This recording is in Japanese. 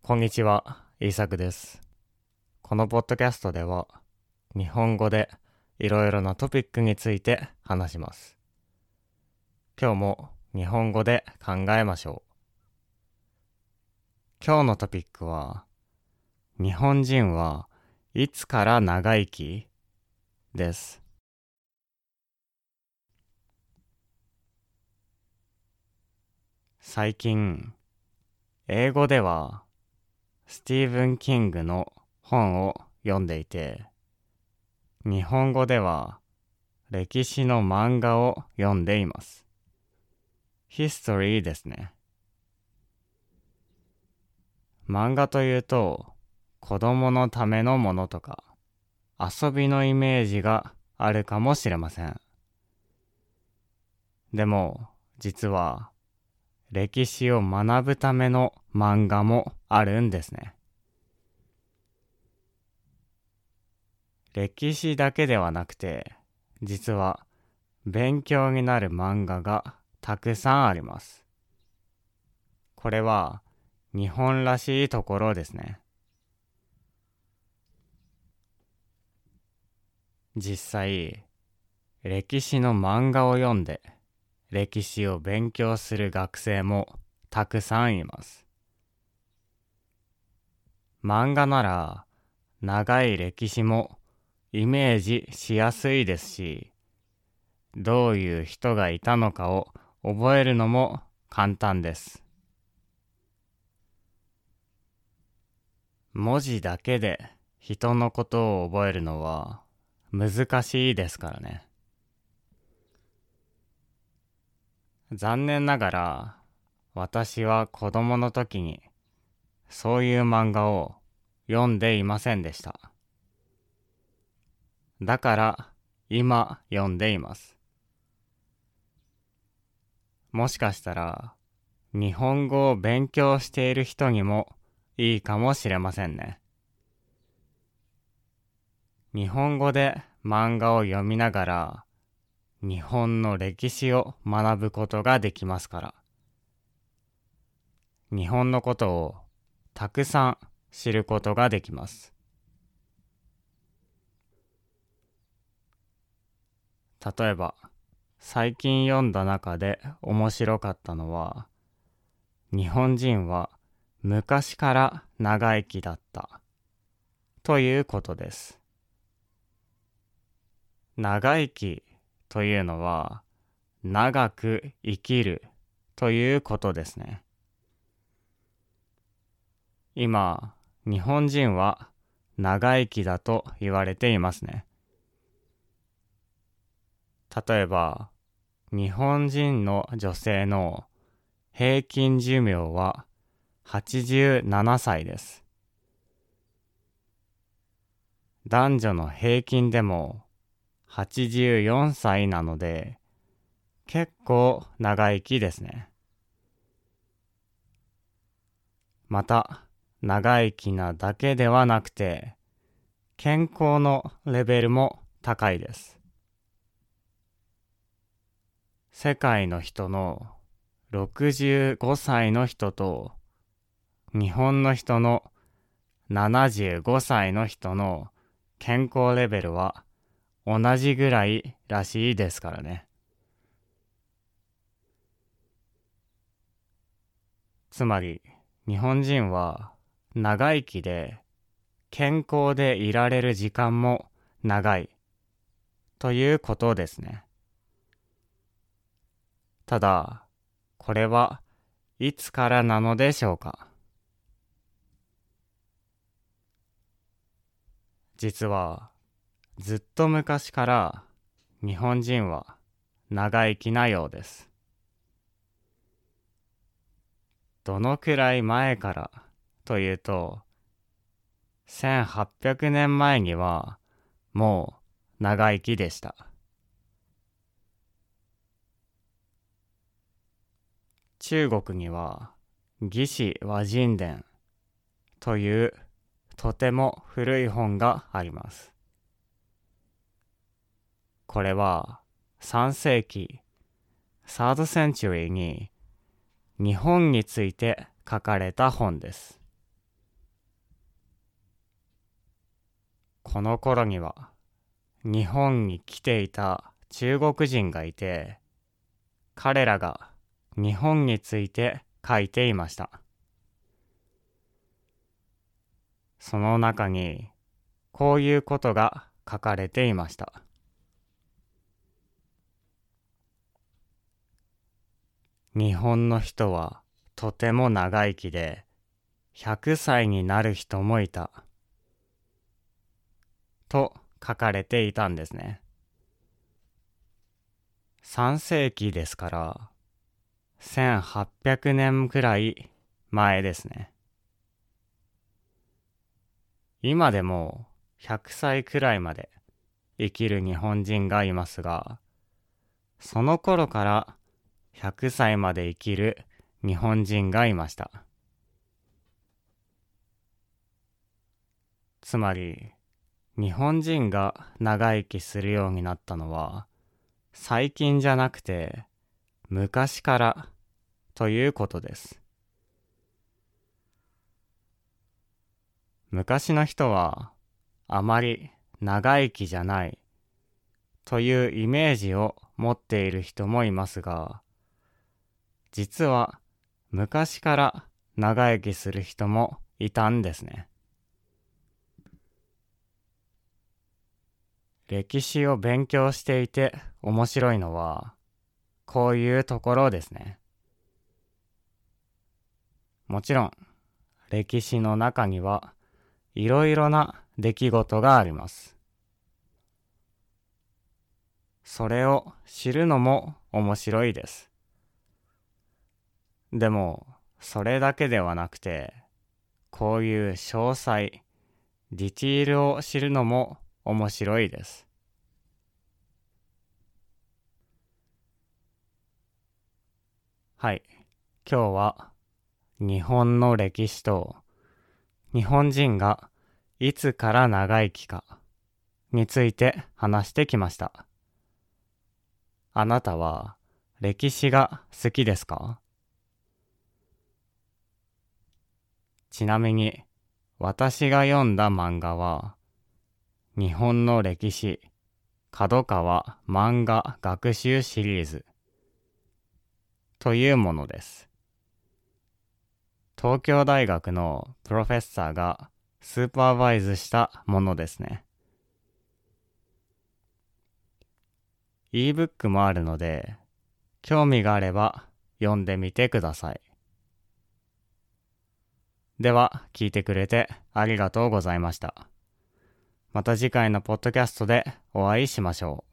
こんにちは、イーサクです。このポッドキャストでは、日本語でいろいろなトピックについて話します。今日も日本語で考えましょう。今日のトピックは、日本人はいつから長生きです。最近、英語ではスティーブン・キングの本を読んでいて、日本語では歴史の漫画を読んでいます。ヒストリーですね。漫画というと、子供のためのものとか、遊びのイメージがあるかもしれません。でも、実は、歴史を学ぶための漫画もあるんですね。歴史だけではなくて、実は勉強になる漫画がたくさんあります。これは日本らしいところですね。実際、歴史の漫画を読んで歴史を勉強する学生もたくさんいます。漫画なら長い歴史もイメージしやすいですし、どういう人がいたのかを覚えるのも簡単です。文字だけで人のことを覚えるのは難しいですからね。残念ながら私は子供の時にそういう漫画を読んでいませんでした。だから今読んでいます。もしかしたら日本語を勉強している人にもいいかもしれませんね。日本語で漫画を読みながら日本の歴史を学ぶことができますから。日本のことをたくさん知ることができます。例えば、最近読んだ中で面白かったのは、日本人は昔から長生きだったということです。長生きというのは長く生きるということですね。今、日本人は長生きだと言われていますね。例えば、日本人の女性の平均寿命は87歳です。男女の平均でも84歳なので、結構長生きですね。また、長生きなだけではなくて、健康のレベルも高いです。世界の人の65歳の人と日本の人の75歳の人の健康レベルは同じぐらいらしいですからね。つまり日本人は長生きで健康でいられる時間も長いということですね。ただ、これはいつからなのでしょうか。実はずっと昔から日本人は長生きなようです。どのくらい前からというと、1800年前にはもう長生きでした。中国には魏志倭人伝というとても古い本があります。これは3世紀、3rd century に日本について書かれた本です。 この頃には日本に来ていた中国人がいて、彼らが日本について書いていました。その中にこういうことが書かれていました。日本の人はとても長生きで100歳になる人もいたと書かれていたんですね。3世紀ですから1800年くらい前ですね。今でも100歳くらいまで生きる日本人がいますが、その頃から100歳まで生きる日本人がいました。つまり、日本人が長生きするようになったのは、最近じゃなくて、昔からということです。昔の人は、あまり長生きじゃないというイメージを持っている人もいますが、実は昔から長生きする人もいたんですね。歴史を勉強していて面白いのは、こういうところですね。もちろん、歴史の中にはいろいろな出来事があります。それを知るのも面白いです。でも、それだけではなくて、こういう詳細、ディティールを知るのも面白いです。はい、今日は日本の歴史と日本人がいつから長生きかについて話してきました。あなたは歴史が好きですか？ちなみに私が読んだ漫画は日本の歴史角川漫画学習シリーズというものです。東京大学のプロフェッサーがスーパーバイズしたものですね。ebook もあるので、興味があれば読んでみてください。では、聞いてくれてありがとうございました。また次回のポッドキャストでお会いしましょう。